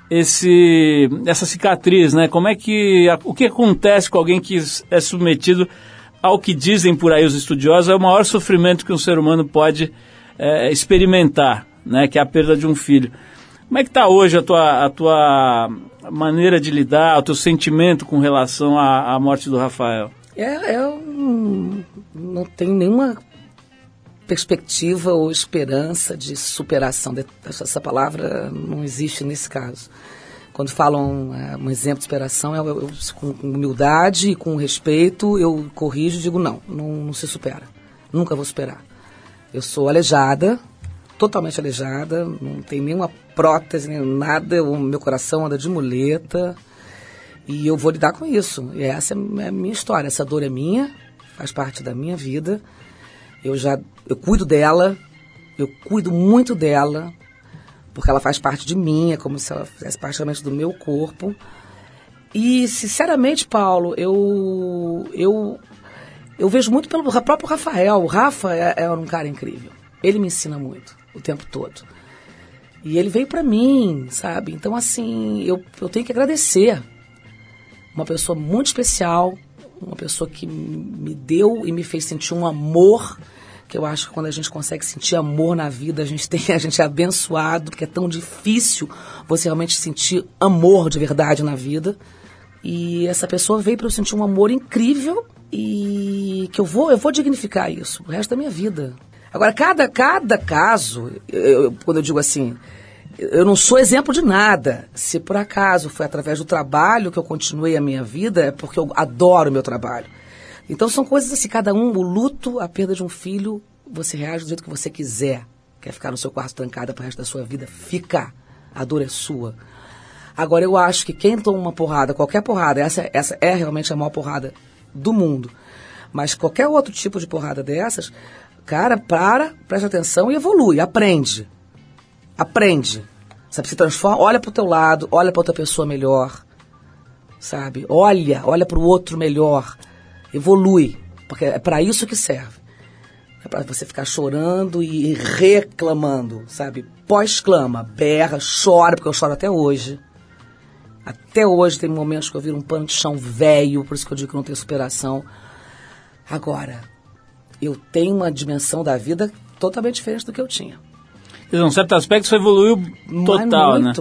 essa cicatriz, né? O que acontece com alguém que é submetido ao que dizem por aí os estudiosos é o maior sofrimento que um ser humano pode experimentar, né? Que é a perda de um filho. Como é que está hoje a tua maneira de lidar, o teu sentimento com relação à morte do Rafael? Eu não tenho nenhuma perspectiva ou esperança de superação. Essa palavra não existe nesse caso. Quando falam um exemplo de superação, eu com humildade e com respeito, eu corrijo e digo não se supera. Nunca vou superar. Eu sou aleijada, totalmente aleijada, não tem nenhuma prótese, nem nada, o meu coração anda de muleta e eu vou lidar com isso. E essa é a minha história, essa dor é minha, faz parte da minha vida. Eu cuido dela, eu cuido muito dela, porque ela faz parte de mim, é como se ela fizesse parte realmente do meu corpo. E, sinceramente, Paulo, eu vejo muito pelo próprio Rafael. O Rafa é um cara incrível. Ele me ensina muito, o tempo todo. E ele veio pra mim, sabe? Então, assim, eu tenho que agradecer. Uma pessoa muito especial, uma pessoa que me deu e me fez sentir um amor, que eu acho que quando a gente consegue sentir amor na vida, a gente é abençoado, porque é tão difícil você realmente sentir amor de verdade na vida. E essa pessoa veio para eu sentir um amor incrível e que eu vou dignificar isso o resto da minha vida. Agora, cada caso, quando eu digo assim, eu não sou exemplo de nada. Se por acaso foi através do trabalho que eu continuei a minha vida, é porque eu adoro o meu trabalho. Então são coisas assim, cada um, o luto, a perda de um filho, você reage do jeito que você quiser. Quer ficar no seu quarto trancada pro resto da sua vida? Fica. A dor é sua. Agora, eu acho que quem toma uma porrada, qualquer porrada, essa é realmente a maior porrada do mundo. Mas qualquer outro tipo de porrada dessas, cara, presta atenção e evolui, aprende. Aprende. Sabe, se transforma, olha pro teu lado, olha pra outra pessoa melhor. Sabe? Olha pro outro melhor. Evolui, porque é para isso que serve. É para você ficar chorando e reclamando, sabe? Pós-clama, berra, chora, porque eu choro até hoje. Até hoje tem momentos que eu viro um pano de chão velho, por isso que eu digo que não tem superação. Agora, eu tenho uma dimensão da vida totalmente diferente do que eu tinha. Em um certo aspecto, isso evoluiu total, né?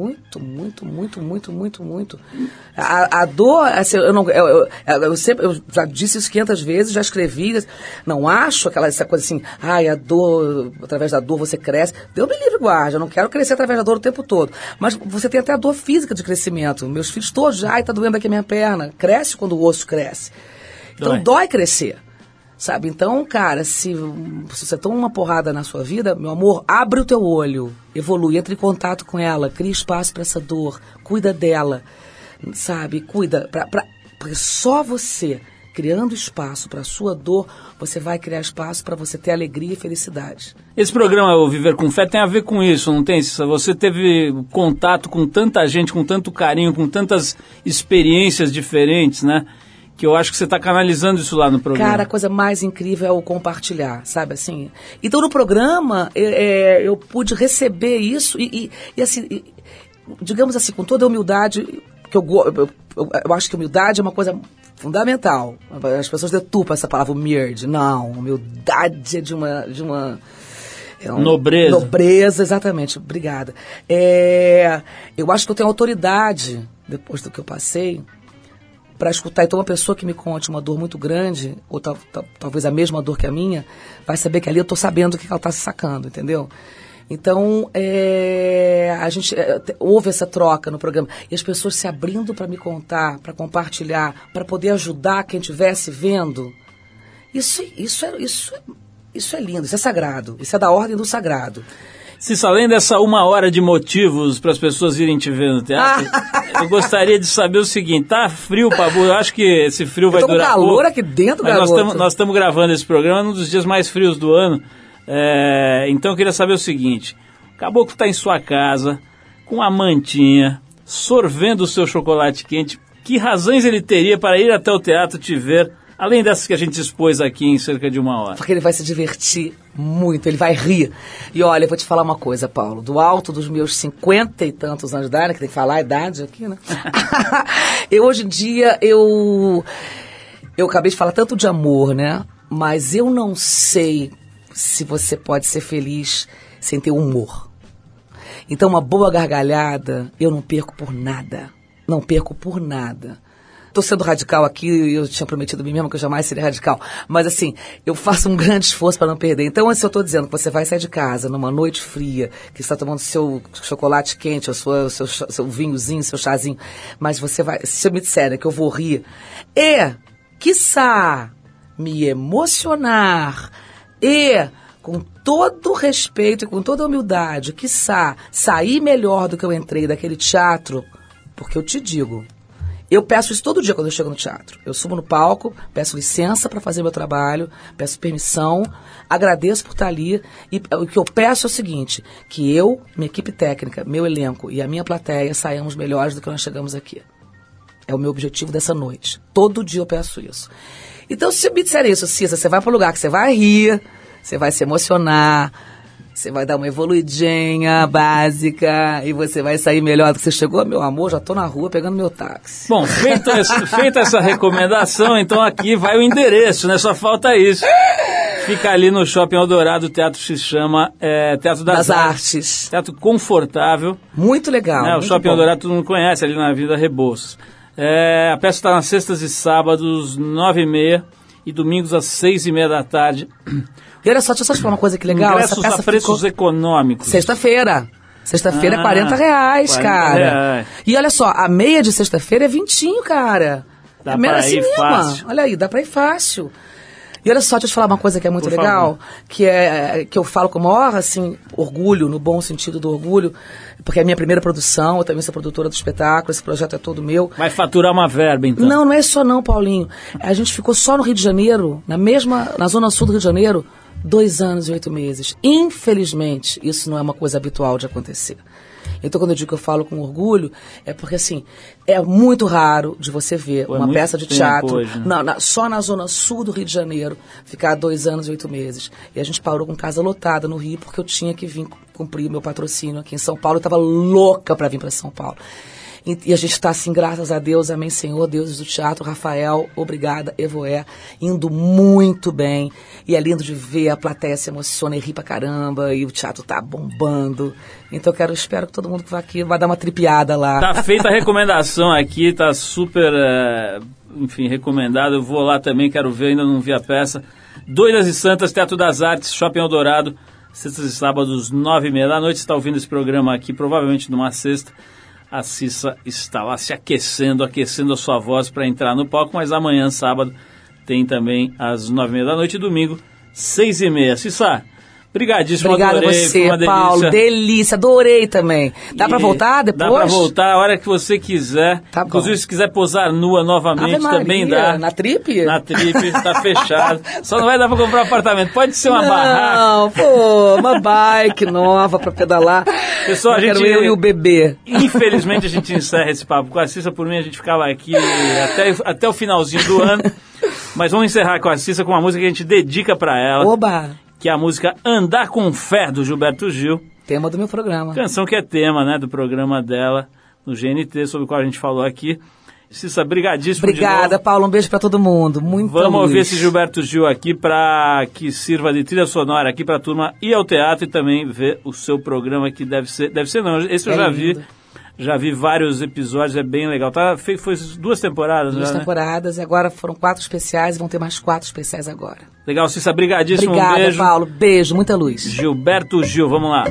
Muito. A dor, assim, eu já disse isso 500 vezes, já escrevi, não acho essa coisa assim, a dor, através da dor você cresce. Deus me livre, guarda, eu não quero crescer através da dor o tempo todo. Mas você tem até a dor física de crescimento. Meus filhos todos, tá doendo aqui a minha perna. Cresce quando o osso cresce. Então dói crescer. Sabe? Então, cara, se você toma uma porrada na sua vida, meu amor, abre o teu olho, evolui, entre em contato com ela, cria espaço para essa dor, cuida dela, sabe? Cuida, porque só você criando espaço para a sua dor, você vai criar espaço para você ter alegria e felicidade. Esse programa, o Viver com Fé, tem a ver com isso, não tem? Você teve contato com tanta gente, com tanto carinho, com tantas experiências diferentes, né? Que eu acho que você está canalizando isso lá no programa. Cara, a coisa mais incrível é o compartilhar, sabe assim? Então, no programa, eu pude receber isso e assim, digamos assim, com toda a humildade, que eu acho que humildade é uma coisa fundamental. As pessoas detupam essa palavra humilde. Não, humildade é de uma nobreza. Nobreza, exatamente. Obrigada. Eu acho que eu tenho autoridade, depois do que eu passei, para escutar. Então, uma pessoa que me conte uma dor muito grande, ou talvez a mesma dor que a minha, vai saber que ali eu estou sabendo o que ela está se sacando, entendeu? Então, a gente houve essa troca no programa. E as pessoas se abrindo para me contar, para compartilhar, para poder ajudar quem estivesse vendo. Isso é lindo, isso é sagrado. Isso é da ordem do sagrado. Cissa, além dessa 1 hora de motivos para as pessoas irem te ver no teatro, eu gostaria de saber o seguinte: tá frio, Pabu? Eu acho que esse frio vai durar pouco. Tô com calor aqui dentro, garoto. Nós estamos gravando esse programa num dos dias mais frios do ano. Então eu queria saber o seguinte: o caboclo está em sua casa, com a mantinha, sorvendo o seu chocolate quente. Que razões ele teria para ir até o teatro te ver, além dessas que a gente expôs aqui em cerca de 1 hora? Porque ele vai se divertir muito, ele vai rir. E olha, eu vou te falar uma coisa, Paulo. Do alto dos meus 50 e tantos anos de idade, que tem que falar a idade aqui, né? Hoje em dia, eu acabei de falar tanto de amor, né? Mas eu não sei se você pode ser feliz sem ter humor. Então, uma boa gargalhada, eu não perco por nada. Não perco por nada. Estou sendo radical aqui, eu tinha prometido a mim mesma que eu jamais seria radical. Mas, assim, eu faço um grande esforço para não perder. Então, se eu estou dizendo que você vai sair de casa numa noite fria, que você está tomando seu chocolate quente, seu vinhozinho, seu chazinho, mas você vai, se eu me disser que eu vou rir, quiçá, me emocionar, com todo respeito e com toda humildade, quiçá, sair melhor do que eu entrei daquele teatro, porque eu te digo, eu peço isso todo dia quando eu chego no teatro. Eu subo no palco, peço licença para fazer meu trabalho, peço permissão, agradeço por estar ali, e o que eu peço é o seguinte, que eu, minha equipe técnica, meu elenco e a minha plateia saímos melhores do que nós chegamos aqui. É o meu objetivo dessa noite. Todo dia eu peço isso. Então, se me disser isso, Cissa, você vai para um lugar que você vai rir, você vai se emocionar, você vai dar uma evoluidinha básica e você vai sair melhor do que você chegou. Meu amor, já tô na rua pegando meu táxi. Bom, feita essa recomendação, então aqui vai o endereço, né? Só falta isso. Fica ali no Shopping Eldorado, o teatro se chama Teatro das Artes. Teatro confortável. Muito legal. Né? O Shopping Eldorado todo mundo conhece, ali na Avenida Rebouças. A peça está nas sextas e sábados, 9h30 e domingos às 6h30 da tarde. E olha só, deixa eu só te falar uma coisa que legal. Ingressos a preços econômicos. Sexta-feira é R$40, cara. E olha só, a meia de sexta-feira é 20, cara. Dá pra ir fácil. Olha aí, dá pra ir fácil. E olha só, deixa eu te falar uma coisa que é muito legal, que eu falo com o maior, assim, orgulho, no bom sentido do orgulho, porque é a minha primeira produção, eu também sou produtora do espetáculo, esse projeto é todo meu. Vai faturar uma verba, então? Não é só não, Paulinho. A gente ficou só no Rio de Janeiro, na Zona Sul do Rio de Janeiro, 2 anos e 8 meses. Infelizmente, isso não é uma coisa habitual de acontecer. Então, quando eu digo que eu falo com orgulho, é porque, assim, é muito raro de você ver uma peça de teatro hoje, né? só na Zona Sul do Rio de Janeiro, ficar 2 anos e 8 meses. E a gente parou com casa lotada no Rio, porque eu tinha que vir cumprir o meu patrocínio aqui em São Paulo. Eu estava louca para vir para São Paulo. E a gente está assim, graças a Deus, amém, Senhor, deuses do teatro, Rafael, obrigada, Evoé, indo muito bem. E é lindo de ver, a plateia se emociona e ri pra caramba, e o teatro tá bombando. Então espero que todo mundo que vai aqui vai dar uma tripiada lá. Tá feita a recomendação aqui, tá super, recomendado. Eu vou lá também, quero ver, ainda não vi a peça. Doidas e Santas, Teatro das Artes, Shopping Eldorado, sextas e sábados, 9h30 da noite. Você está ouvindo esse programa aqui, provavelmente numa sexta. A Cissa está lá se aquecendo a sua voz para entrar no palco, mas amanhã, sábado, tem também às 9h30 da noite e domingo, 6h30. Cissa, Brigadíssimo, Obrigada a adorei, foi você, uma delícia. Paulo. Delícia, adorei também. Dá pra voltar depois? Dá pra voltar a hora que você quiser. Tá bom. Inclusive, se quiser posar nua novamente, Ave Maria, também dá. Na Trip? Na Trip, tá fechado. Só não vai dar pra comprar um apartamento. Pode ser uma barraca. Não, pô, uma bike nova pra pedalar. Pessoal, a Quero gente... eu e o bebê. Infelizmente, a gente encerra esse papo com a Cissa. Por mim, a gente ficava aqui até o finalzinho do ano. Mas vamos encerrar com a Cissa com uma música que a gente dedica pra ela. Oba! Que é a música Andar com Fé, do Gilberto Gil. Tema do meu programa. Canção que é tema, né, do programa dela, no GNT, sobre o qual a gente falou aqui. Cissa, brigadíssimo de Obrigada, novo. Paulo. Um beijo pra todo mundo. Muito Vamos ouvir esse Gilberto Gil aqui para que sirva de trilha sonora aqui para a turma ir ao teatro e também ver o seu programa, que deve ser não, esse eu já lindo. vi. Já vi vários episódios, é bem legal. Foi 2 temporadas, Duas né? temporadas, e agora foram 4 especiais, vão ter mais 4 especiais agora. Legal, Cissa, brigadíssimo. Obrigada, um beijo. Paulo. Beijo, muita luz. Gilberto Gil, vamos lá.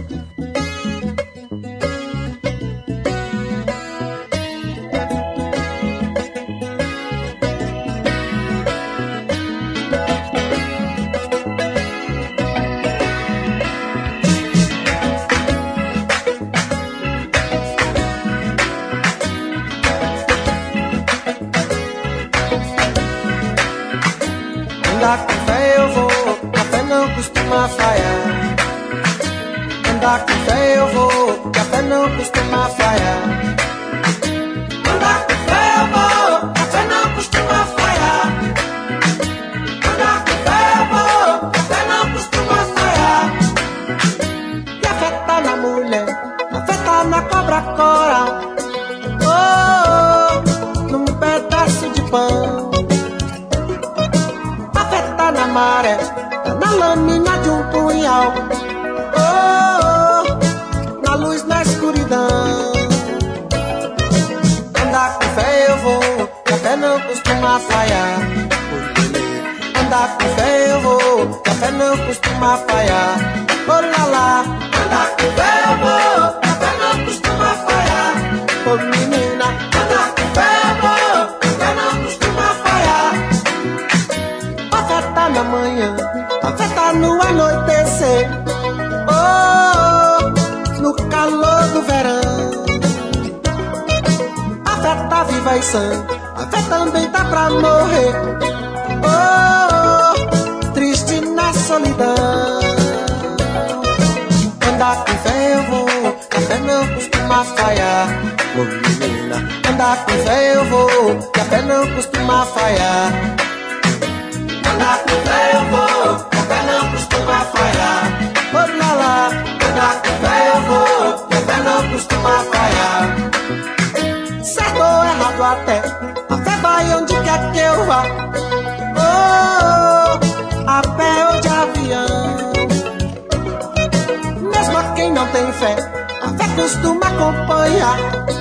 Andar com fé eu vou, a fé não costuma falhar. Andar com fé eu vou, a fé não costuma falhar. Andar com fé eu vou, a fé não costuma falhar. Andar com fé eu vou, a fé não costuma falhar. E a fé tá na mulher, a fé tá na cobra cora. Oh, num pedaço de pão. Na maré, na lâmina de um punhal, oh, na luz, na escuridão. Andar com fé eu vou, que a fé não costuma falhar. Andar com fé eu vou, que a fé não costuma falhar. Oh lá lá, andar com fé eu vou, que a fé não costuma falhar. Oh menina, andar com fé eu vou, que a fé não costuma falhar. A fé tá na manhã, a fé tá no anoitecer, oh, no calor do verão. A fé tá viva e sã, a fé também tá pra morrer, oh, triste na solidão. Andar com fé eu vou, a fé não costuma falhar. Oh menina, andar com fé eu vou, que a fé não costuma falhar. Andar com fé eu vou, a fé não costuma falhar. Oh lá lá, andar com fé eu vou, a fé não costuma falhar. Certo ou errado até, a fé vai onde quer que eu vá. Oh, a pé ou de avião. Mesmo a quem não tem fé, a fé costuma acompanhar.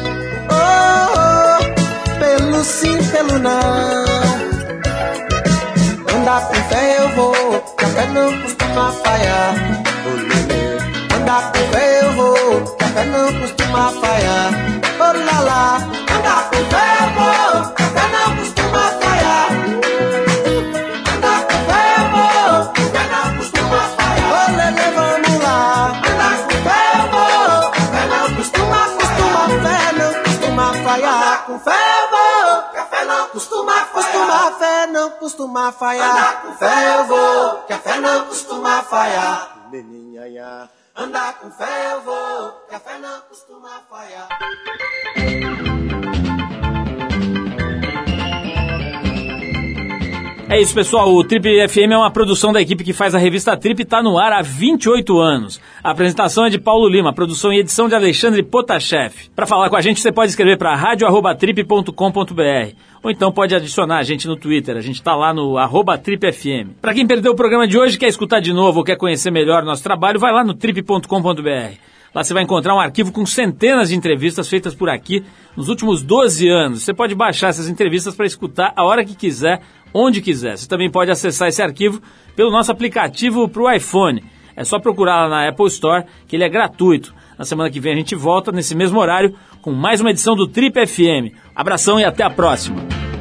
Oh, pelo sim, pelo não. Andar com fé eu vou, que a fé não costuma falhar. Andar com fé eu vou, que a fé não costuma falhar. Oh lá lá, andar com fé eu vou, que a fé não costuma falhar. Andar com fé eu vou, que a fé não costuma falhar. Oh lele, vamos lá. Andar com fé eu vou, que a fé não costuma falhar. Andar com fé eu vou, que a fé não costuma falhar. A fé não costuma falhar. Andar com fé eu vou, que a fé não costuma falhar. Andar com fé eu vou, que a fé não costuma falhar. É isso, pessoal. O Trip FM é uma produção da equipe que faz a revista Trip e está no ar há 28 anos. A apresentação é de Paulo Lima, produção e edição de Alexandre Potashev. Para falar com a gente, você pode escrever para radio@trip.com.br ou então pode adicionar a gente no Twitter. A gente está lá no @tripfm. Para quem perdeu o programa de hoje, quer escutar de novo ou quer conhecer melhor o nosso trabalho, vai lá no trip.com.br. Lá você vai encontrar um arquivo com centenas de entrevistas feitas por aqui nos últimos 12 anos. Você pode baixar essas entrevistas para escutar a hora que quiser, onde quiser. Você também pode acessar esse arquivo pelo nosso aplicativo para o iPhone. É só procurar lá na Apple Store, que ele é gratuito. Na semana que vem a gente volta, nesse mesmo horário, com mais uma edição do Trip FM. Abração e até a próxima.